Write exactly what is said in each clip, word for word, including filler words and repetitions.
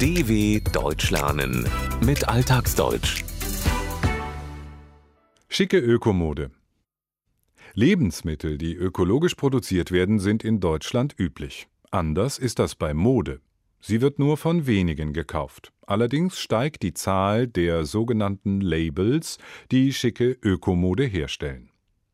D W Deutsch lernen mit Alltagsdeutsch. Schicke Ökomode. Lebensmittel, die ökologisch produziert werden, sind in Deutschland üblich. Anders ist das bei Mode. Sie wird nur von wenigen gekauft. Allerdings steigt die Zahl der sogenannten Labels, die schicke Ökomode herstellen.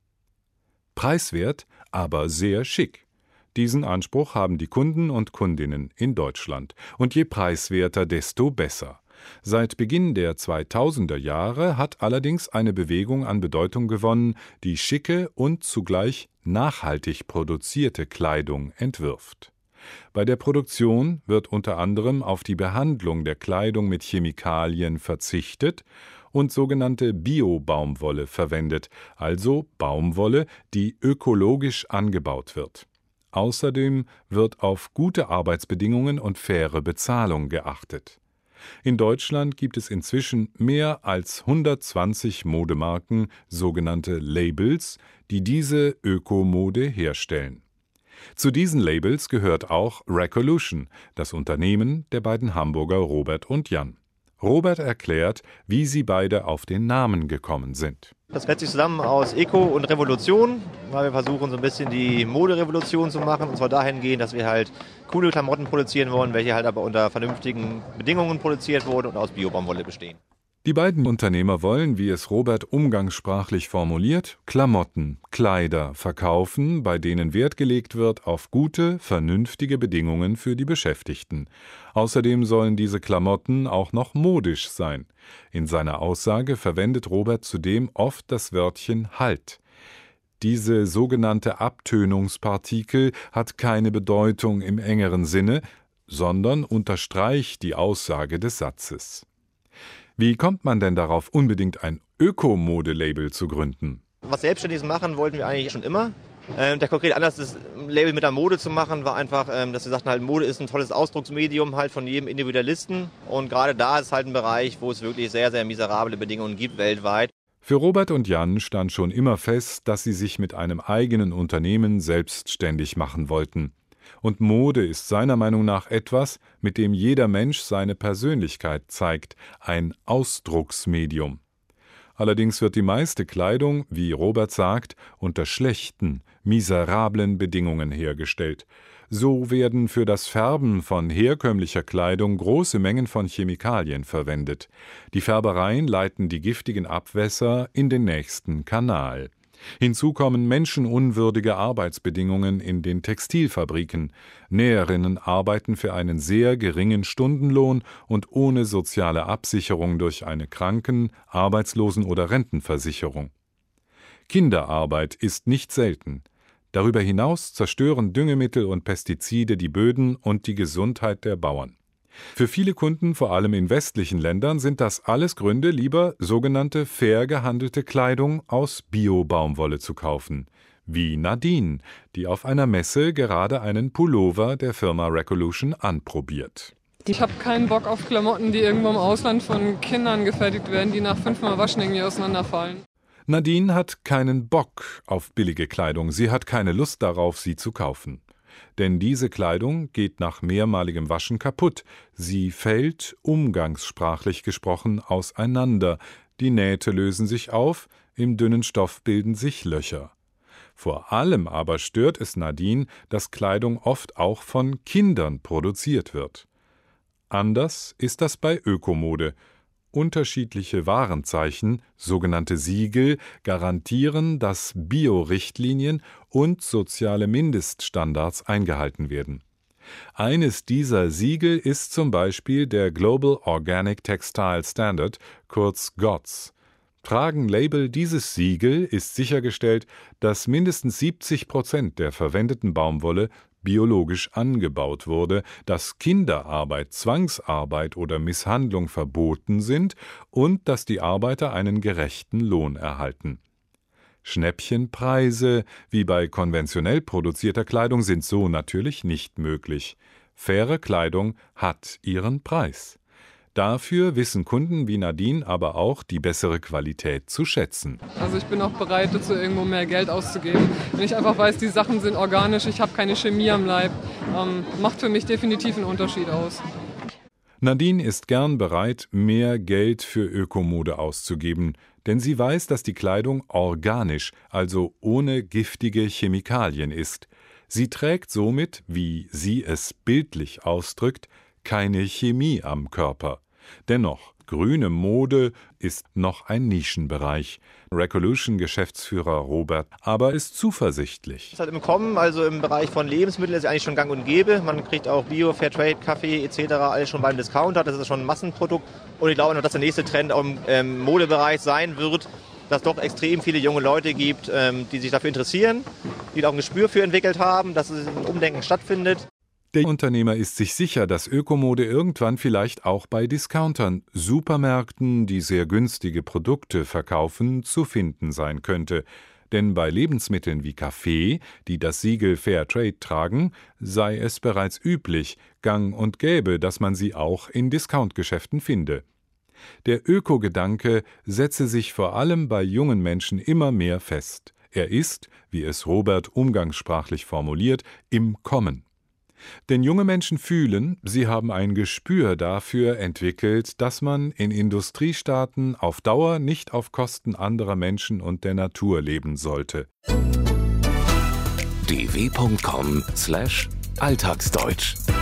Preiswert, aber sehr schick. Diesen Anspruch haben die Kunden und Kundinnen in Deutschland. Und je preiswerter, desto besser. Seit Beginn der zweitausender Jahre hat allerdings eine Bewegung an Bedeutung gewonnen, die schicke und zugleich nachhaltig produzierte Kleidung entwirft. Bei der Produktion wird unter anderem auf die Behandlung der Kleidung mit Chemikalien verzichtet und sogenannte Bio-Baumwolle verwendet, also Baumwolle, die ökologisch angebaut wird. Außerdem wird auf gute Arbeitsbedingungen und faire Bezahlung geachtet. In Deutschland gibt es inzwischen mehr als hundertzwanzig Modemarken, sogenannte Labels, die diese Ökomode herstellen. Zu diesen Labels gehört auch Recolution, das Unternehmen der beiden Hamburger Robert und Jan. Robert erklärt, wie sie beide auf den Namen gekommen sind. Das setzt sich zusammen aus Eco und Revolution, weil wir versuchen, so ein bisschen die Moderevolution zu machen. Und zwar dahingehend, dass wir halt coole Klamotten produzieren wollen, welche halt aber unter vernünftigen Bedingungen produziert wurden und aus Biobaumwolle bestehen. Die beiden Unternehmer wollen, wie es Robert umgangssprachlich formuliert, Klamotten, Kleider verkaufen, bei denen Wert gelegt wird auf gute, vernünftige Bedingungen für die Beschäftigten. Außerdem sollen diese Klamotten auch noch modisch sein. In seiner Aussage verwendet Robert zudem oft das Wörtchen Halt. Diese sogenannte Abtönungspartikel hat keine Bedeutung im engeren Sinne, sondern unterstreicht die Aussage des Satzes. Wie kommt man denn darauf, unbedingt ein Ökomode-Label zu gründen? Was Selbstständiges machen wollten wir eigentlich schon immer. Ähm, der konkrete Anlass, das Label mit der Mode zu machen, war einfach, ähm, dass wir sagten, halt, Mode ist ein tolles Ausdrucksmedium halt von jedem Individualisten. Und gerade da ist halt ein Bereich, wo es wirklich sehr, sehr miserable Bedingungen gibt weltweit. Für Robert und Jan stand schon immer fest, dass sie sich mit einem eigenen Unternehmen selbstständig machen wollten. Und Mode ist seiner Meinung nach etwas, mit dem jeder Mensch seine Persönlichkeit zeigt, ein Ausdrucksmedium. Allerdings wird die meiste Kleidung, wie Robert sagt, unter schlechten, miserablen Bedingungen hergestellt. So werden für das Färben von herkömmlicher Kleidung große Mengen von Chemikalien verwendet. Die Färbereien leiten die giftigen Abwässer in den nächsten Kanal. Hinzu kommen menschenunwürdige Arbeitsbedingungen in den Textilfabriken. Näherinnen arbeiten für einen sehr geringen Stundenlohn und ohne soziale Absicherung durch eine Kranken-, Arbeitslosen- oder Rentenversicherung. Kinderarbeit ist nicht selten. Darüber hinaus zerstören Düngemittel und Pestizide die Böden und die Gesundheit der Bauern. Für viele Kunden, vor allem in westlichen Ländern, sind das alles Gründe, lieber sogenannte fair gehandelte Kleidung aus Bio-Baumwolle zu kaufen. Wie Nadine, die auf einer Messe gerade einen Pullover der Firma Recolution anprobiert. Ich habe keinen Bock auf Klamotten, die irgendwo im Ausland von Kindern gefertigt werden, die nach fünfmal Waschen irgendwie auseinanderfallen. Nadine hat keinen Bock auf billige Kleidung, sie hat keine Lust darauf, sie zu kaufen. Denn diese Kleidung geht nach mehrmaligem Waschen kaputt. Sie fällt, umgangssprachlich gesprochen, auseinander. Die Nähte lösen sich auf, im dünnen Stoff bilden sich Löcher. Vor allem aber stört es Nadine, dass Kleidung oft auch von Kindern produziert wird. Anders ist das bei Ökomode. Unterschiedliche Warenzeichen, sogenannte Siegel, garantieren, dass Bio-Richtlinien und soziale Mindeststandards eingehalten werden. Eines dieser Siegel ist zum Beispiel der Global Organic Textile Standard, kurz G O T S. Tragen Label dieses Siegel ist sichergestellt, dass mindestens siebzig Prozent der verwendeten Baumwolle biologisch angebaut wurde, dass Kinderarbeit, Zwangsarbeit oder Misshandlung verboten sind und dass die Arbeiter einen gerechten Lohn erhalten. Schnäppchenpreise wie bei konventionell produzierter Kleidung sind so natürlich nicht möglich. Faire Kleidung hat ihren Preis. Dafür wissen Kunden wie Nadine aber auch die bessere Qualität zu schätzen. Also ich bin auch bereit, dazu irgendwo mehr Geld auszugeben. Wenn ich einfach weiß, die Sachen sind organisch, ich habe keine Chemie am Leib, ähm, macht für mich definitiv einen Unterschied aus. Nadine ist gern bereit, mehr Geld für Ökomode auszugeben, denn sie weiß, dass die Kleidung organisch, also ohne giftige Chemikalien ist. Sie trägt somit, wie sie es bildlich ausdrückt, keine Chemie am Körper. Dennoch, grüne Mode ist noch ein Nischenbereich. Recolution-Geschäftsführer Robert aber ist zuversichtlich. Das ist halt im Kommen, also im Bereich von Lebensmitteln ist ja eigentlich schon gang und gäbe. Man kriegt auch Bio, Fairtrade, Kaffee et cetera alles schon beim Discounter. Das ist schon ein Massenprodukt. Und ich glaube, dass der nächste Trend auch im ähm, Modebereich sein wird, dass es doch extrem viele junge Leute gibt, ähm, die sich dafür interessieren, die da auch ein Gespür für entwickelt haben, dass es ein Umdenken stattfindet. Der Unternehmer ist sich sicher, dass Ökomode irgendwann vielleicht auch bei Discountern, Supermärkten, die sehr günstige Produkte verkaufen, zu finden sein könnte. Denn bei Lebensmitteln wie Kaffee, die das Siegel Fairtrade tragen, sei es bereits üblich, gang und gäbe, dass man sie auch in Discountgeschäften finde. Der Ökogedanke setze sich vor allem bei jungen Menschen immer mehr fest. Er ist, wie es Robert umgangssprachlich formuliert, im Kommen. Denn junge Menschen fühlen, sie haben ein Gespür dafür entwickelt, dass man in Industriestaaten auf Dauer nicht auf Kosten anderer Menschen und der Natur leben sollte. d w punkt com slash alltagsdeutsch